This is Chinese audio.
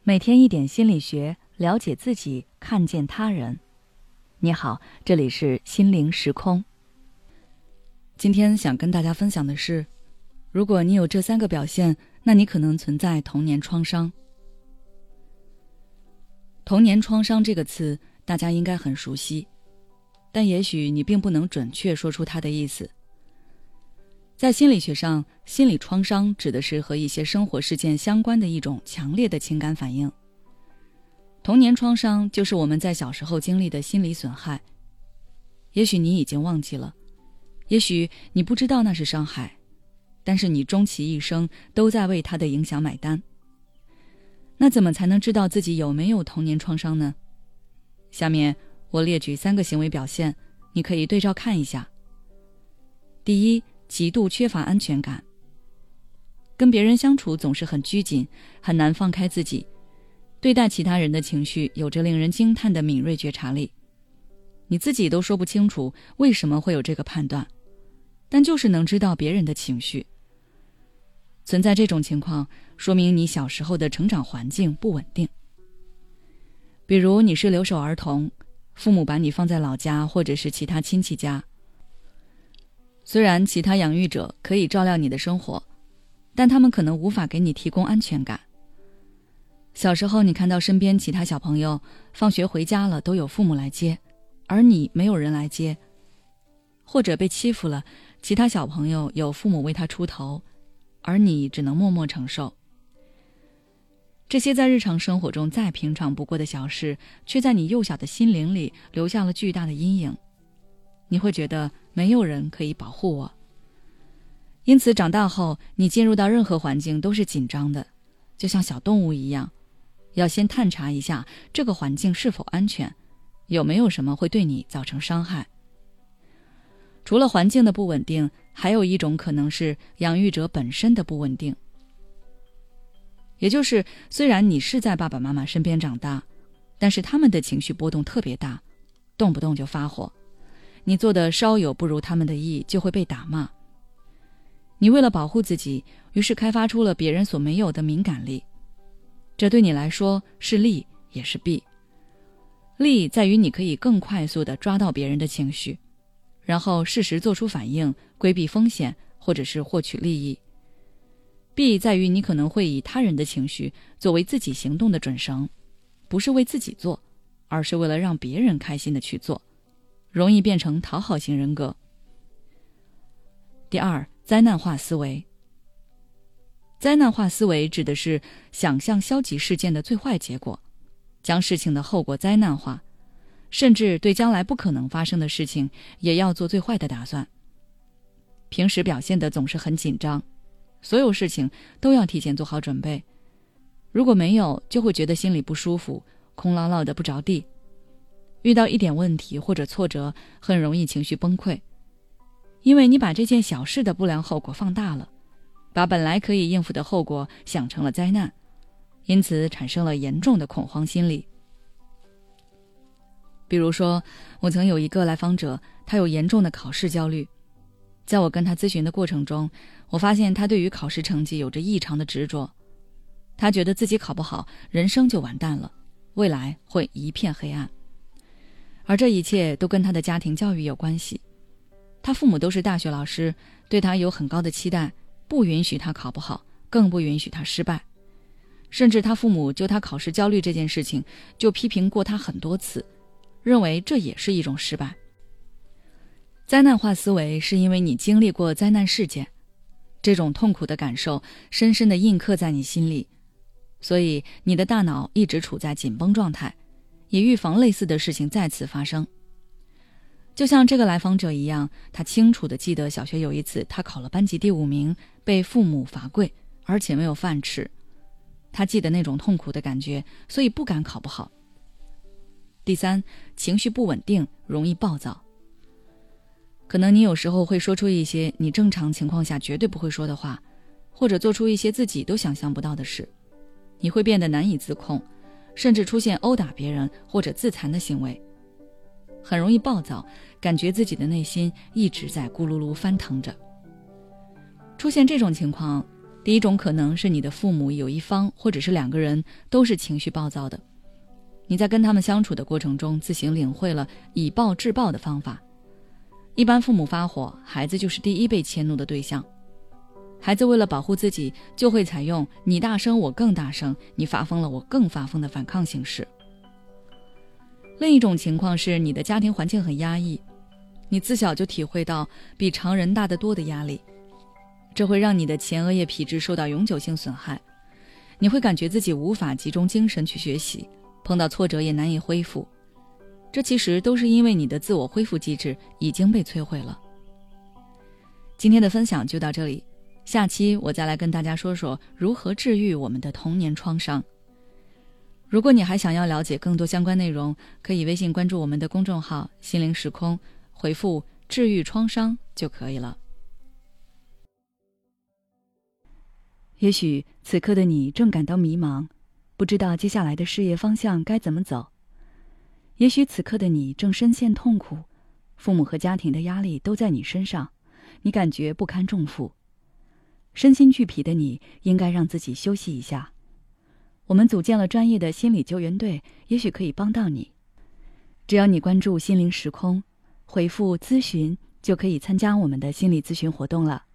每天一点心理学，了解自己，看见他人。你好，这里是心灵时空。今天想跟大家分享的是，如果你有这3个表现，那你可能存在童年创伤。童年创伤这个词大家应该很熟悉，但也许你并不能准确说出它的意思。在心理学上，心理创伤指的是和一些生活事件相关的一种强烈的情感反应。童年创伤就是我们在小时候经历的心理损害。也许你已经忘记了，也许你不知道那是伤害，但是你终其一生都在为它的影响买单。那怎么才能知道自己有没有童年创伤呢？下面我列举3个行为表现，你可以对照看一下。第一，极度缺乏安全感。跟别人相处总是很拘谨，很难放开自己，对待其他人的情绪有着令人惊叹的敏锐觉察力。你自己都说不清楚为什么会有这个判断，但就是能知道别人的情绪。存在这种情况，说明你小时候的成长环境不稳定。比如你是留守儿童，父母把你放在老家或者是其他亲戚家。虽然其他养育者可以照料你的生活，但他们可能无法给你提供安全感。小时候你看到身边其他小朋友放学回家了都有父母来接，而你没有人来接，或者被欺负了，其他小朋友有父母为他出头，而你只能默默承受。这些在日常生活中再平常不过的小事，却在你幼小的心灵里留下了巨大的阴影。你会觉得没有人可以保护我，因此长大后你进入到任何环境都是紧张的，就像小动物一样，要先探查一下这个环境是否安全，有没有什么会对你造成伤害。除了环境的不稳定，还有一种可能是养育者本身的不稳定。也就是虽然你是在爸爸妈妈身边长大，但是他们的情绪波动特别大，动不动就发火，你做的稍有不如他们的意就会被打骂。你为了保护自己，于是开发出了别人所没有的敏感力，这对你来说是利也是弊。利在于你可以更快速地抓到别人的情绪，然后适时做出反应，规避风险或者是获取利益。弊在于你可能会以他人的情绪作为自己行动的准绳，不是为自己做，而是为了让别人开心的去做，容易变成讨好型人格。第二，灾难化思维。灾难化思维指的是想象消极事件的最坏结果，将事情的后果灾难化，甚至对将来不可能发生的事情也要做最坏的打算。平时表现得总是很紧张，所有事情都要提前做好准备，如果没有就会觉得心里不舒服，空落落的不着地。遇到一点问题或者挫折，很容易情绪崩溃，因为你把这件小事的不良后果放大了，把本来可以应付的后果想成了灾难，因此产生了严重的恐慌心理。比如说，我曾有一个来访者，他有严重的考试焦虑。在我跟他咨询的过程中，我发现他对于考试成绩有着异常的执着。他觉得自己考不好，人生就完蛋了，未来会一片黑暗。而这一切都跟他的家庭教育有关系。他父母都是大学老师，对他有很高的期待，不允许他考不好，更不允许他失败。甚至他父母就他考试焦虑这件事情，就批评过他很多次，认为这也是一种失败。灾难化思维是因为你经历过灾难事件，这种痛苦的感受深深地印刻在你心里，所以你的大脑一直处在紧绷状态，也预防类似的事情再次发生。就像这个来访者一样，他清楚地记得小学有一次他考了班级第5名，被父母罚跪，而且没有饭吃。他记得那种痛苦的感觉，所以不敢考不好。第三，情绪不稳定，容易暴躁。可能你有时候会说出一些你正常情况下绝对不会说的话，或者做出一些自己都想象不到的事，你会变得难以自控，甚至出现殴打别人或者自残的行为。很容易暴躁，感觉自己的内心一直在咕噜噜翻腾着。出现这种情况，第第一种可能是你的父母有一方或者是两个人都是情绪暴躁的，你在跟他们相处的过程中自行领会了以暴制暴的方法。一般父母发火，孩子就是第一被迁怒的对象。孩子为了保护自己，就会采用你大声我更大声，你发疯了我更发疯的反抗形式。另一种情况是你的家庭环境很压抑，你自小就体会到比常人大得多的压力，这会让你的前额叶皮质受到永久性损害，你会感觉自己无法集中精神去学习，碰到挫折也难以恢复。这其实都是因为你的自我恢复机制已经被摧毁了。今天的分享就到这里，下期我再来跟大家说说如何治愈我们的童年创伤。如果你还想要了解更多相关内容，可以微信关注我们的公众号心灵时空，回复治愈创伤就可以了。也许此刻的你正感到迷茫，不知道接下来的事业方向该怎么走。也许此刻的你正深陷痛苦，父母和家庭的压力都在你身上，你感觉不堪重负。身心俱疲的你应该让自己休息一下。我们组建了专业的心理救援队，也许可以帮到你。只要你关注心灵时空，回复咨询就可以参加我们的心理咨询活动了。